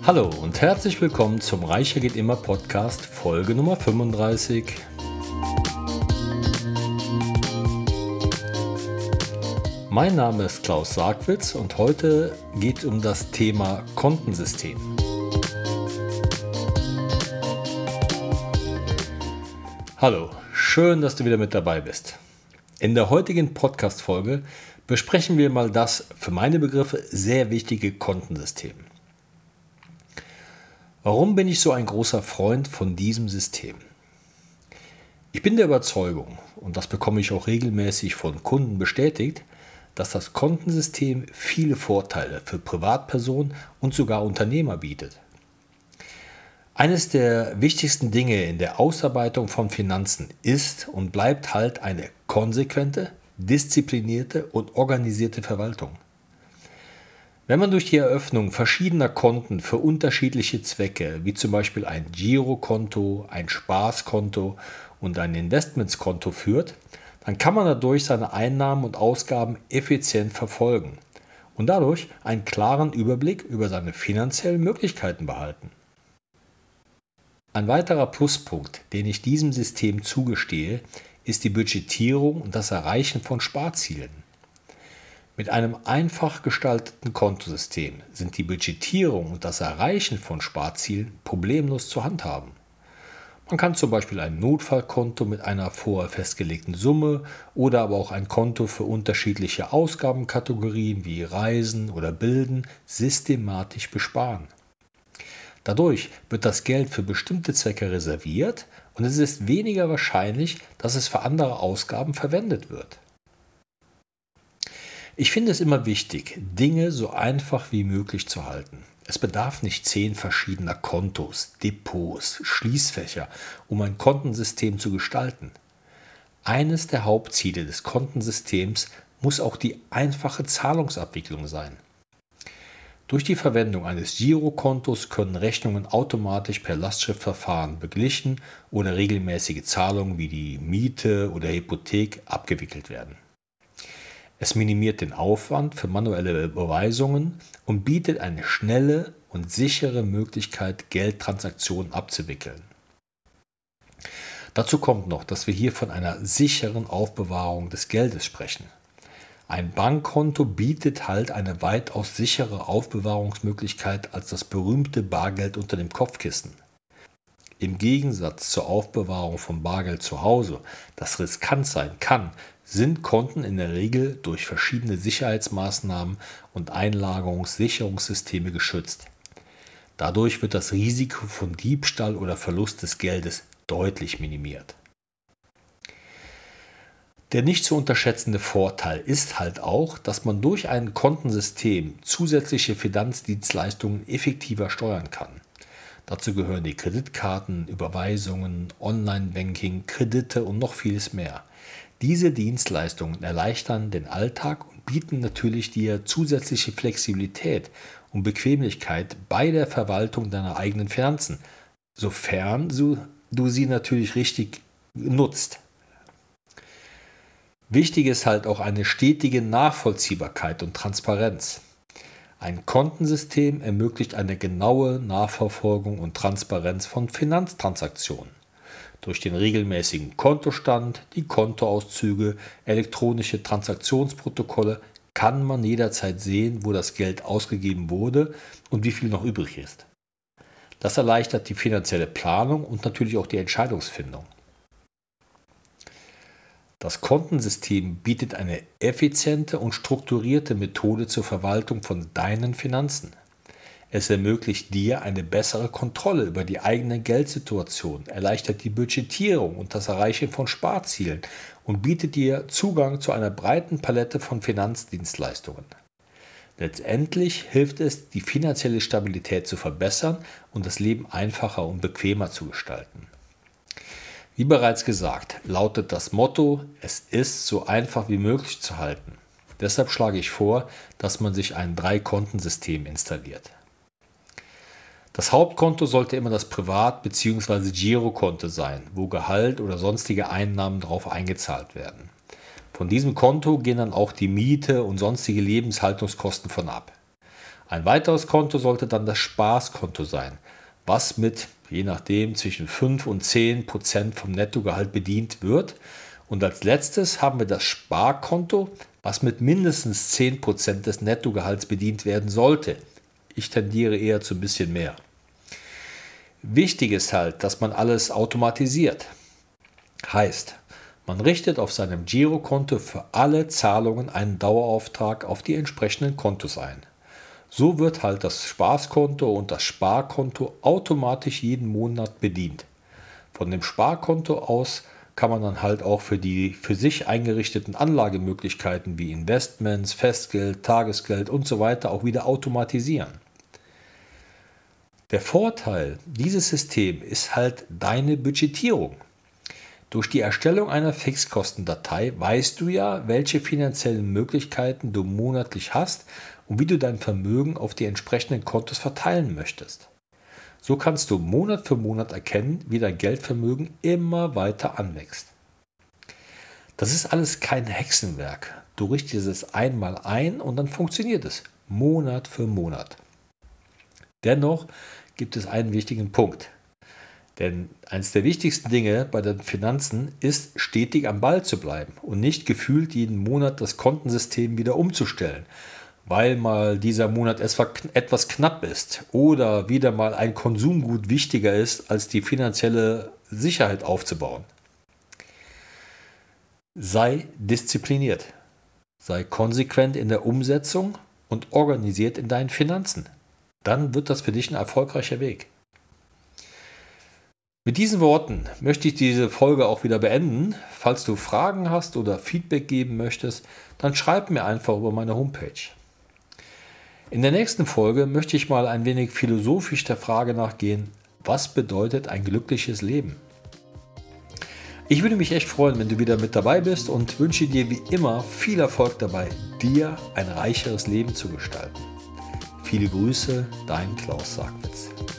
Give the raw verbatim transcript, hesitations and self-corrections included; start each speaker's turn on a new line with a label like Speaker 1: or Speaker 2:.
Speaker 1: Hallo und herzlich willkommen zum Reicher geht immer Podcast, Folge Nummer fünfunddreißig. Mein Name ist Klaus Sargwitz und heute geht es um das Thema Kontensystem. Hallo, schön, dass du wieder mit dabei bist. In der heutigen Podcast-Folge besprechen wir mal das für meine Begriffe sehr wichtige Kontensystem. Warum bin ich so ein großer Freund von diesem System? Ich bin der Überzeugung, und das bekomme ich auch regelmäßig von Kunden bestätigt, dass das Kontensystem viele Vorteile für Privatpersonen und sogar Unternehmer bietet. Eines der wichtigsten Dinge in der Ausarbeitung von Finanzen ist und bleibt halt eine konsequente, disziplinierte und organisierte Verwaltung. Wenn man durch die Eröffnung verschiedener Konten für unterschiedliche Zwecke, wie zum Beispiel ein Girokonto, ein Spaßkonto und ein Investmentskonto führt, dann kann man dadurch seine Einnahmen und Ausgaben effizient verfolgen und dadurch einen klaren Überblick über seine finanziellen Möglichkeiten behalten. Ein weiterer Pluspunkt, den ich diesem System zugestehe, ist die Budgetierung und das Erreichen von Sparzielen. Mit einem einfach gestalteten Kontosystem sind die Budgetierung und das Erreichen von Sparzielen problemlos zu handhaben. Man kann zum Beispiel ein Notfallkonto mit einer vorher festgelegten Summe oder aber auch ein Konto für unterschiedliche Ausgabenkategorien wie Reisen oder Bilden systematisch besparen. Dadurch wird das Geld für bestimmte Zwecke reserviert und es ist weniger wahrscheinlich, dass es für andere Ausgaben verwendet wird. Ich finde es immer wichtig, Dinge so einfach wie möglich zu halten. Es bedarf nicht zehn verschiedener Kontos, Depots, Schließfächer, um ein Kontensystem zu gestalten. Eines der Hauptziele des Kontensystems muss auch die einfache Zahlungsabwicklung sein. Durch die Verwendung eines Girokontos können Rechnungen automatisch per Lastschriftverfahren beglichen oder regelmäßige Zahlungen wie die Miete oder Hypothek abgewickelt werden. Es minimiert den Aufwand für manuelle Überweisungen und bietet eine schnelle und sichere Möglichkeit, Geldtransaktionen abzuwickeln. Dazu kommt noch, dass wir hier von einer sicheren Aufbewahrung des Geldes sprechen. Ein Bankkonto bietet halt eine weitaus sichere Aufbewahrungsmöglichkeit als das berühmte Bargeld unter dem Kopfkissen. Im Gegensatz zur Aufbewahrung von Bargeld zu Hause, das riskant sein kann, sind Konten in der Regel durch verschiedene Sicherheitsmaßnahmen und Einlagerungssicherungssysteme geschützt. Dadurch wird das Risiko von Diebstahl oder Verlust des Geldes deutlich minimiert. Der nicht zu unterschätzende Vorteil ist halt auch, dass man durch ein Kontensystem zusätzliche Finanzdienstleistungen effektiver steuern kann. Dazu gehören die Kreditkarten, Überweisungen, Online-Banking, Kredite und noch vieles mehr. Diese Dienstleistungen erleichtern den Alltag und bieten natürlich dir zusätzliche Flexibilität und Bequemlichkeit bei der Verwaltung deiner eigenen Finanzen, sofern du sie natürlich richtig nutzt. Wichtig ist halt auch eine stetige Nachvollziehbarkeit und Transparenz. Ein Kontensystem ermöglicht eine genaue Nachverfolgung und Transparenz von Finanztransaktionen. Durch den regelmäßigen Kontostand, die Kontoauszüge, elektronische Transaktionsprotokolle kann man jederzeit sehen, wo das Geld ausgegeben wurde und wie viel noch übrig ist. Das erleichtert die finanzielle Planung und natürlich auch die Entscheidungsfindung. Das Kontensystem bietet eine effiziente und strukturierte Methode zur Verwaltung von deinen Finanzen. Es ermöglicht dir eine bessere Kontrolle über die eigene Geldsituation, erleichtert die Budgetierung und das Erreichen von Sparzielen und bietet dir Zugang zu einer breiten Palette von Finanzdienstleistungen. Letztendlich hilft es, die finanzielle Stabilität zu verbessern und das Leben einfacher und bequemer zu gestalten. Wie bereits gesagt, lautet das Motto, es ist so einfach wie möglich zu halten. Deshalb schlage ich vor, dass man sich ein Drei-Konten-System installiert. Das Hauptkonto sollte immer das Privat- bzw. Girokonto sein, wo Gehalt oder sonstige Einnahmen darauf eingezahlt werden. Von diesem Konto gehen dann auch die Miete und sonstige Lebenshaltungskosten von ab. Ein weiteres Konto sollte dann das Spaßkonto sein, was mit, je nachdem, zwischen fünf und zehn Prozent vom Nettogehalt bedient wird. Und als letztes haben wir das Sparkonto, was mit mindestens zehn Prozent des Nettogehalts bedient werden sollte. Ich tendiere eher zu ein bisschen mehr. Wichtig ist halt, dass man alles automatisiert. Heißt, man richtet auf seinem Girokonto für alle Zahlungen einen Dauerauftrag auf die entsprechenden Kontos ein. So wird halt das Spaßkonto und das Sparkonto automatisch jeden Monat bedient. Von dem Sparkonto aus kann man dann halt auch für die für sich eingerichteten Anlagemöglichkeiten wie Investments, Festgeld, Tagesgeld und so weiter auch wieder automatisieren. Der Vorteil dieses Systems ist halt deine Budgetierung. Durch die Erstellung einer Fixkostendatei weißt du ja, welche finanziellen Möglichkeiten du monatlich hast und wie du dein Vermögen auf die entsprechenden Kontos verteilen möchtest. So kannst du Monat für Monat erkennen, wie dein Geldvermögen immer weiter anwächst. Das ist alles kein Hexenwerk. Du richtest es einmal ein und dann funktioniert es, Monat für Monat. Dennoch gibt es einen wichtigen Punkt. Denn eines der wichtigsten Dinge bei den Finanzen ist, stetig am Ball zu bleiben und nicht gefühlt jeden Monat das Kontensystem wieder umzustellen, weil mal dieser Monat etwas knapp ist oder wieder mal ein Konsumgut wichtiger ist, als die finanzielle Sicherheit aufzubauen. Sei diszipliniert, sei konsequent in der Umsetzung und organisiert in deinen Finanzen. Dann wird das für dich ein erfolgreicher Weg. Mit diesen Worten möchte ich diese Folge auch wieder beenden. Falls du Fragen hast oder Feedback geben möchtest, dann schreib mir einfach über meine Homepage. In der nächsten Folge möchte ich mal ein wenig philosophisch der Frage nachgehen, was bedeutet ein glückliches Leben? Ich würde mich echt freuen, wenn du wieder mit dabei bist und wünsche dir wie immer viel Erfolg dabei, dir ein reicheres Leben zu gestalten. Viele Grüße, dein Klaus Sargwitz.